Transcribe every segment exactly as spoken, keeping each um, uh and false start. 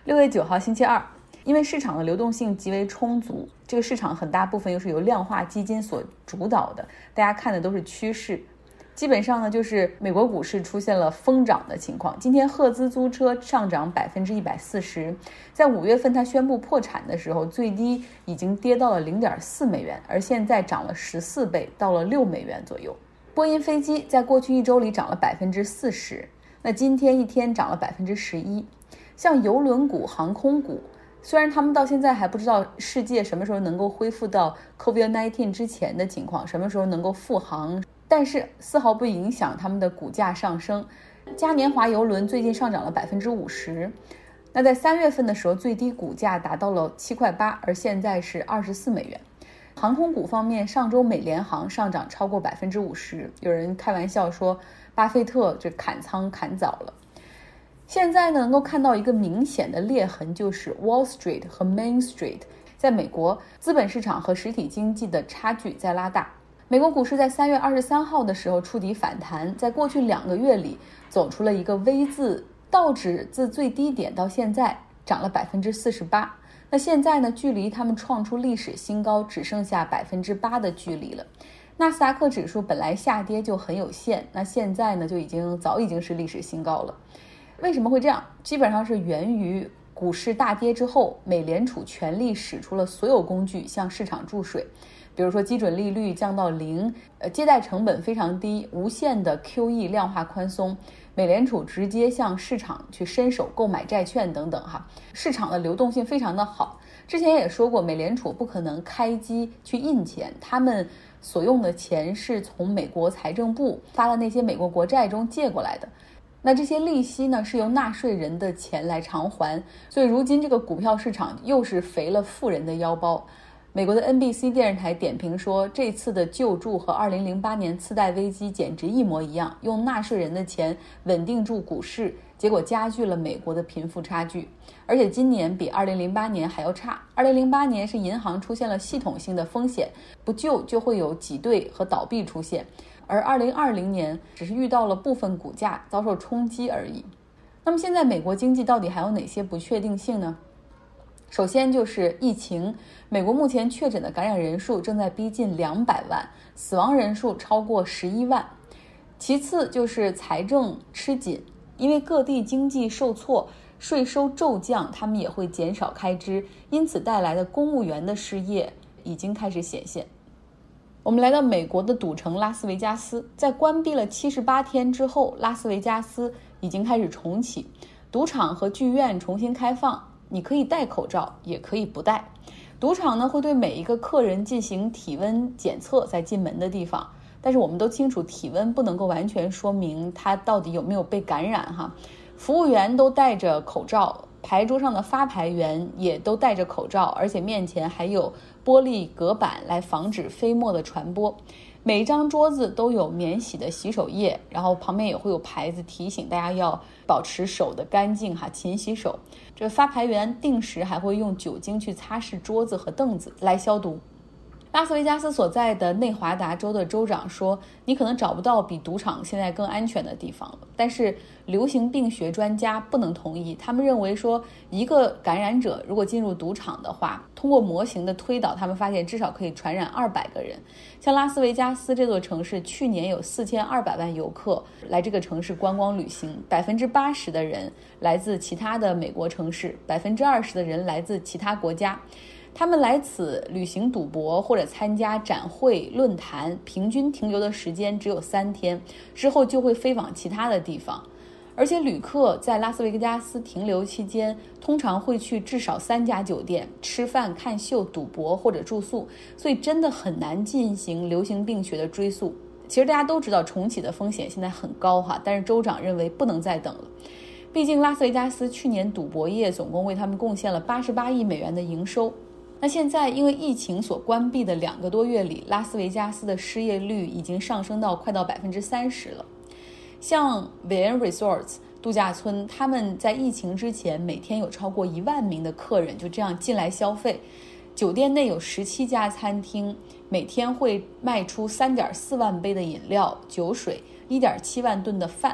六月九号星期二，因为市场的流动性极为充足，这个市场很大部分又是由量化基金所主导的，大家看的都是趋势。基本上呢，就是美国股市出现了疯涨的情况。今天赫兹租车上涨百分之一百四十，在五月份它宣布破产的时候，最低已经跌到了零点四美元，而现在涨了十四倍，到了六美元左右。波音飞机在过去一周里涨了百分之四十，那今天一天涨了百分之十一。像邮轮股、航空股，虽然他们到现在还不知道世界什么时候能够恢复到 COVID 十九 之前的情况，什么时候能够复航，但是丝毫不影响他们的股价上升。嘉年华邮轮最近上涨了百分之五十，那在三月份的时候，最低股价达到了七块八，而现在是二十四美元。航空股方面，上周美联航上涨超过百分之五十，有人开玩笑说，巴菲特这砍仓砍早了。现在呢，能够看到一个明显的裂痕，就是 Wall Street 和 Main Street 在美国资本市场和实体经济的差距在拉大。美国股市在三月二十三号的时候触底反弹，在过去两个月里走出了一个 V 字，道指自最低点到现在涨了百分之四十八。那现在呢，距离他们创出历史新高只剩下百分之八的距离了。纳斯达克指数本来下跌就很有限，那现在呢就已经早已经是历史新高了。为什么会这样？基本上是源于股市大跌之后，美联储全力使出了所有工具向市场注水，比如说基准利率降到零，呃，借贷成本非常低，无限的 Q E 量化宽松，美联储直接向市场去伸手购买债券等等哈，市场的流动性非常的好。之前也说过，美联储不可能开机去印钱，他们所用的钱是从美国财政部发的那些美国国债中借过来的。那这些利息呢，是由纳税人的钱来偿还，所以如今这个股票市场又是肥了富人的腰包。美国的 N B C 电视台点评说，这次的救助和二零零八年次贷危机简直一模一样，用纳税人的钱稳定住股市，结果加剧了美国的贫富差距。而且今年比二零零八年还要差。二零零八年是银行出现了系统性的风险，不救就会有挤兑和倒闭出现。而二零二零年只是遇到了部分股价遭受冲击而已。那么现在美国经济到底还有哪些不确定性呢？首先就是疫情，美国目前确诊的感染人数正在逼近两百万，死亡人数超过十一万。其次就是财政吃紧，因为各地经济受挫，税收骤降，他们也会减少开支，因此带来的公务员的失业已经开始显现。我们来到美国的赌城拉斯维加斯，在关闭了七十八天之后，拉斯维加斯已经开始重启，赌场和剧院重新开放，你可以戴口罩，也可以不戴。赌场呢会对每一个客人进行体温检测，在进门的地方，但是我们都清楚，体温不能够完全说明他到底有没有被感染哈。服务员都戴着口罩，牌桌上的发牌员也都戴着口罩，而且面前还有玻璃隔板来防止飞沫的传播。每一张桌子都有免洗的洗手液，然后旁边也会有牌子提醒大家要保持手的干净哈，勤洗手。这发牌员定时还会用酒精去擦拭桌子和凳子来消毒。拉斯维加斯所在的内华达州的州长说，你可能找不到比赌场现在更安全的地方了，但是流行病学专家不能同意，他们认为说，一个感染者如果进入赌场的话，通过模型的推导，他们发现至少可以传染二百个人。像拉斯维加斯这座城市，去年有四千二百万游客来这个城市观光旅行，百分之八十的人来自其他的美国城市，百分之二十的人来自其他国家。他们来此旅行赌博或者参加展会论坛，平均停留的时间只有三天，之后就会飞往其他的地方。而且旅客在拉斯维加斯停留期间，通常会去至少三家酒店吃饭、看秀、赌博或者住宿，所以真的很难进行流行病学的追溯。其实大家都知道重启的风险现在很高哈，但是州长认为不能再等了。毕竟拉斯维加斯去年赌博业总共为他们贡献了八十八亿美元的营收。那现在因为疫情所关闭的两个多月里，拉斯维加斯的失业率已经上升到快到百分之三十了。像 Vail Resorts 度假村，他们在疫情之前每天有超过一万名的客人就这样进来消费，酒店内有十七家餐厅，每天会卖出三点四万杯的饮料、酒水，一点七万吨的饭。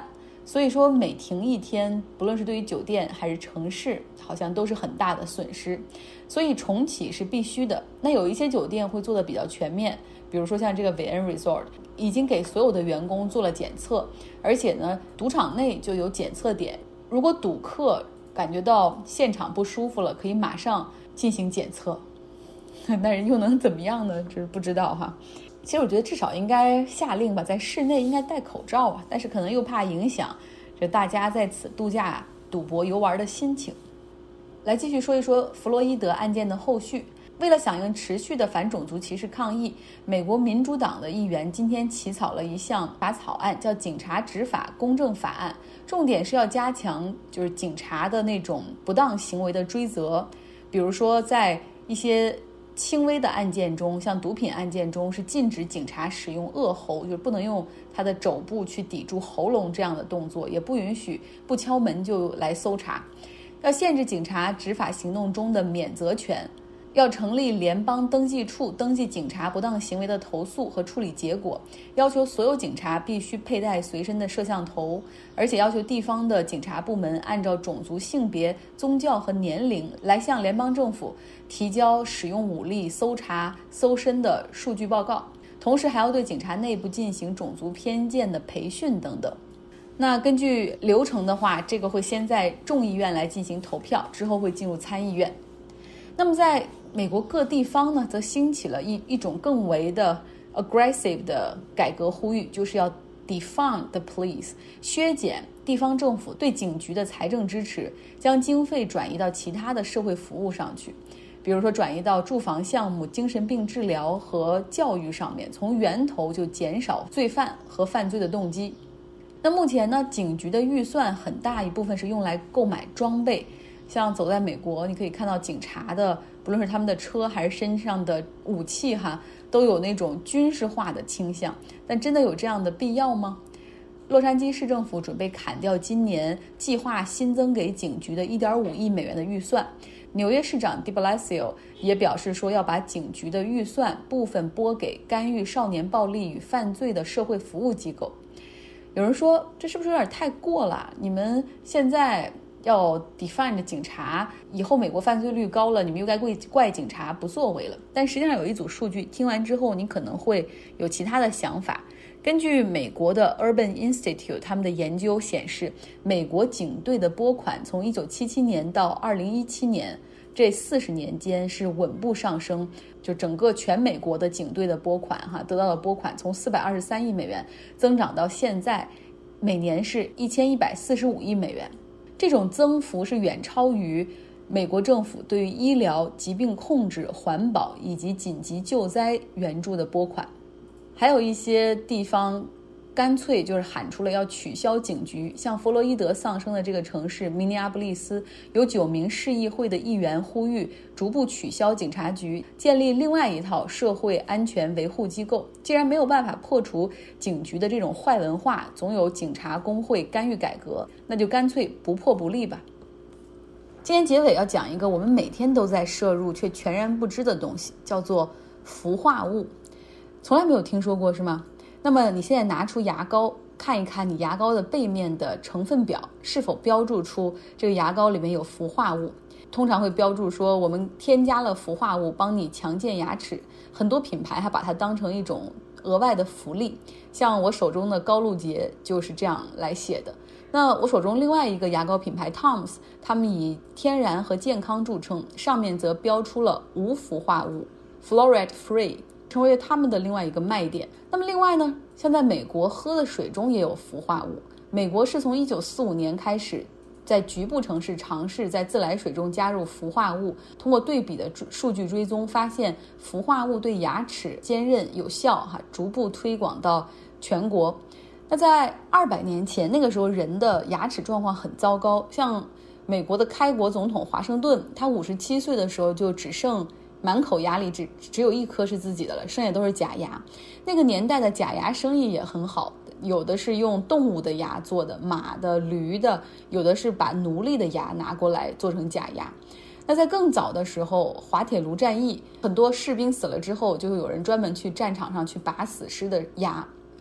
所以说每停一天，不论是对于酒店还是城市，好像都是很大的损失，所以重启是必须的。那有一些酒店会做的比较全面，比如说像这个韦恩 Resort 已经给所有的员工做了检测，而且呢赌场内就有检测点，如果赌客感觉到现场不舒服了，可以马上进行检测。那人又能怎么样呢？就是不知道哈。其实我觉得至少应该下令吧，在室内应该戴口罩啊，但是可能又怕影响这大家在此度假、赌博、游玩的心情。来继续说一说弗洛伊德案件的后续。为了响应持续的反种族歧视抗议，美国民主党的议员今天起草了一项法草案，叫《警察执法公正法案》，重点是要加强就是警察的那种不当行为的追责，比如说在一些轻微的案件中，像毒品案件中，是禁止警察使用扼喉，就是不能用他的肘部去抵住喉咙这样的动作，也不允许不敲门就来搜查，要限制警察执法行动中的免责权，要成立联邦登记处，登记警察不当行为的投诉和处理结果，要求所有警察必须佩戴随身的摄像头，而且要求地方的警察部门按照种族、性别、宗教和年龄来向联邦政府提交使用武力、搜查、搜身的数据报告，同时还要对警察内部进行种族偏见的培训等等。那根据流程的话，这个会先在众议院来进行投票，之后会进入参议院。那么在美国各地方呢，则兴起了一一种更为的 aggressive 的改革呼吁，就是要 defund the police， 削减地方政府对警局的财政支持，将经费转移到其他的社会服务上去，比如说转移到住房项目、精神病治疗和教育上面，从源头就减少罪犯和犯罪的动机。那目前呢，警局的预算很大一部分是用来购买装备，像走在美国，你可以看到警察的，不论是他们的车还是身上的武器哈，都有那种军事化的倾向。但真的有这样的必要吗？洛杉矶市政府准备砍掉今年计划新增给警局的 一点五亿美元的预算。纽约市长 de Blasio 也表示说，要把警局的预算部分拨给干预少年暴力与犯罪的社会服务机构。有人说，这是不是有点太过了？你们现在要 defund 警察，以后美国犯罪率高了，你们又该怪怪警察不作为了。但实际上有一组数据，听完之后你可能会有其他的想法。根据美国的 Urban Institute 他们的研究显示，美国警队的拨款从一九七七年到二零一七年这四十年间是稳步上升，就整个全美国的警队的拨款哈，得到的拨款从四百二十三亿美元增长到现在每年是一千一百四十五亿美元。这种增幅是远超于美国政府对于医疗、疾病控制、环保以及紧急救灾援助的拨款。还有一些地方干脆就是喊出了要取消警局，像弗洛伊德丧生的这个城市明尼阿布利斯，有九名市议会的议员呼吁逐步取消警察局，建立另外一套社会安全维护机构。既然没有办法破除警局的这种坏文化，总有警察工会干预改革，那就干脆不破不立吧。今天结尾要讲一个我们每天都在摄入却全然不知的东西，叫做氟化物。从来没有听说过是吗？那么你现在拿出牙膏，看一看你牙膏的背面的成分表是否标注出这个牙膏里面有氟化物。通常会标注说我们添加了氟化物帮你强健牙齿，很多品牌还把它当成一种额外的福利，像我手中的高露洁就是这样来写的。那我手中另外一个牙膏品牌 Tom's， 他们以天然和健康著称，上面则标出了无氟化物 Fluoride Free，成为他们的另外一个卖点。那么另外呢，像在美国喝的水中也有氟化物。美国是从一九四五年开始在局部城市尝试在自来水中加入氟化物，通过对比的数据追踪，发现氟化物对牙齿坚韧有效哈，逐步推广到全国。那在二百年前，那个时候人的牙齿状况很糟糕，像美国的开国总统华盛顿，他五十七岁的时候就只剩满口牙里只只有一颗是自己的了，剩下都是假牙。那个年代的假牙生意也很好，有的是用动物的牙做的，马的、驴的，有的是把奴隶的牙拿过来做成假牙。那在更早的时候，滑铁卢战役，很多士兵死了之后，就会有人专门去战场上去拔死尸的牙。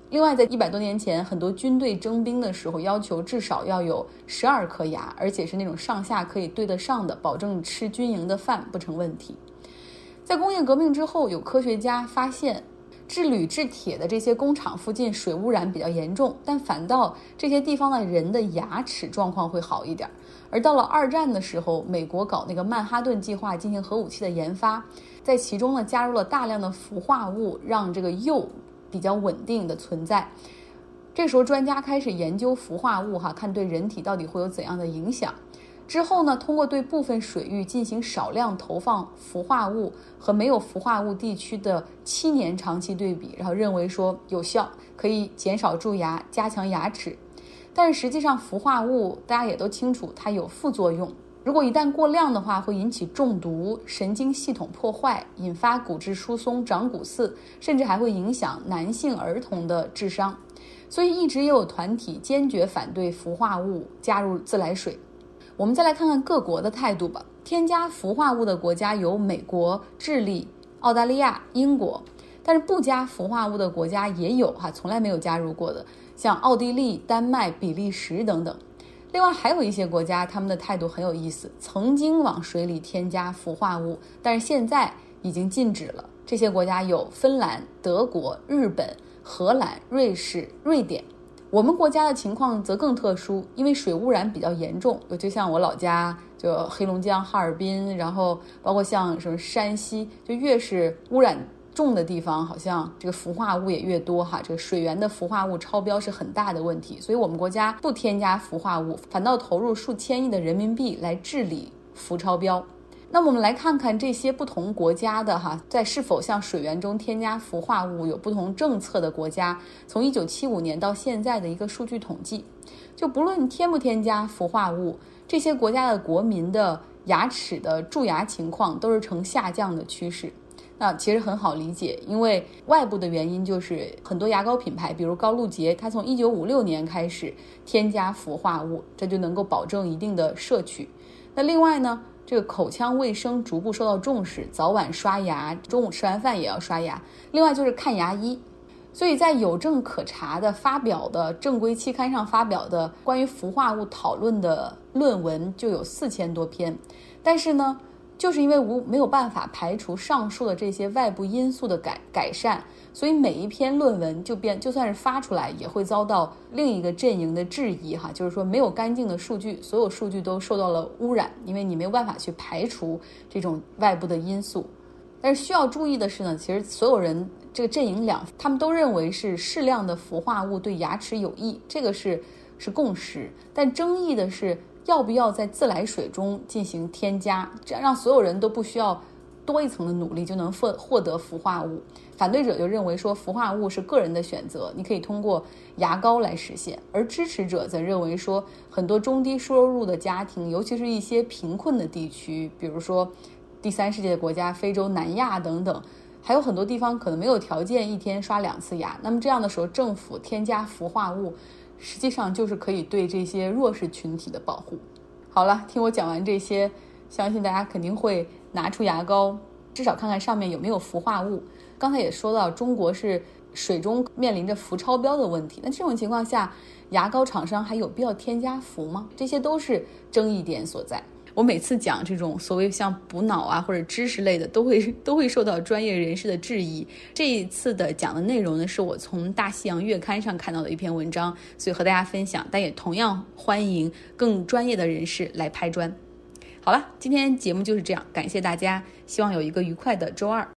另外，在一百多年前，很多军队征兵的时候要求至少要有十二颗牙，而且是那种上下可以对得上的，保证吃军营的饭不成问题。在工业革命之后，有科学家发现制铝制铁的这些工厂附近水污染比较严重，但反倒这些地方的人的牙齿状况会好一点。而到了二战的时候，美国搞那个曼哈顿计划进行核武器的研发，在其中呢加入了大量的氟化物，让这个铀比较稳定的存在。这时候专家开始研究氟化物哈，看对人体到底会有怎样的影响。之后呢，通过对部分水域进行少量投放氟化物和没有氟化物地区的七年长期对比，然后认为说有效，可以减少蛀牙，加强牙齿。但是实际上氟化物大家也都清楚，它有副作用，如果一旦过量的话，会引起中毒、神经系统破坏，引发骨质疏松、长骨刺，甚至还会影响男性儿童的智商。所以一直也有团体坚决反对氟化物加入自来水。我们再来看看各国的态度吧。添加氟化物的国家有美国、智利、澳大利亚、英国，但是不加氟化物的国家也有哈，从来没有加入过的，像奥地利、丹麦、比利时等等。另外还有一些国家，他们的态度很有意思，曾经往水里添加氟化物，但是现在已经禁止了。这些国家有芬兰、德国、日本、荷兰、瑞士、瑞典。我们国家的情况则更特殊，因为水污染比较严重，尤其像我老家就黑龙江哈尔滨，然后包括像什么山西，就越是污染重的地方，好像这个氟化物也越多哈，这个水源的氟化物超标是很大的问题。所以我们国家不添加氟化物，反倒投入数千亿的人民币来治理氟超标。那么我们来看看这些不同国家的哈，在是否向水源中添加氟化物有不同政策的国家，从一九七五年到现在的一个数据统计。就不论添不添加氟化物，这些国家的国民的牙齿的蛀牙情况都是呈下降的趋势。那其实很好理解，因为外部的原因就是很多牙膏品牌，比如高露洁，它从一九五六年开始添加氟化物，这就能够保证一定的摄取。那另外呢，这个口腔卫生逐步受到重视，早晚刷牙，中午吃完饭也要刷牙。另外就是看牙医，所以在有证可查的发表的正规期刊上发表的关于氟化物讨论的论文就有四千多篇。但是呢，就是因为无没有办法排除上述的这些外部因素的改改善，所以每一篇论文就变就算是发出来，也会遭到另一个阵营的质疑哈，就是说没有干净的数据，所有数据都受到了污染，因为你没有办法去排除这种外部的因素。但是需要注意的是呢，其实所有人这个阵营两，他们都认为是适量的氟化物对牙齿有益，这个是是共识。但争议的是，要不要在自来水中进行添加，这样让所有人都不需要多一层的努力就能获获得氟化物。反对者就认为说氟化物是个人的选择，你可以通过牙膏来实现，而支持者则认为说很多中低收入的家庭，尤其是一些贫困的地区，比如说第三世界的国家、非洲、南亚等等，还有很多地方可能没有条件一天刷两次牙，那么这样的时候政府添加氟化物实际上就是可以对这些弱势群体的保护。好了，听我讲完这些，相信大家肯定会拿出牙膏，至少看看上面有没有氟化物。刚才也说到，中国是水中面临着氟超标的问题，那这种情况下，牙膏厂商还有必要添加氟吗？这些都是争议点所在。我每次讲这种所谓像补脑啊或者知识类的，都会都会受到专业人士的质疑。这一次的讲的内容呢，是我从大西洋月刊上看到的一篇文章，所以和大家分享，但也同样欢迎更专业的人士来拍砖。好了，今天节目就是这样，感谢大家，希望有一个愉快的周二。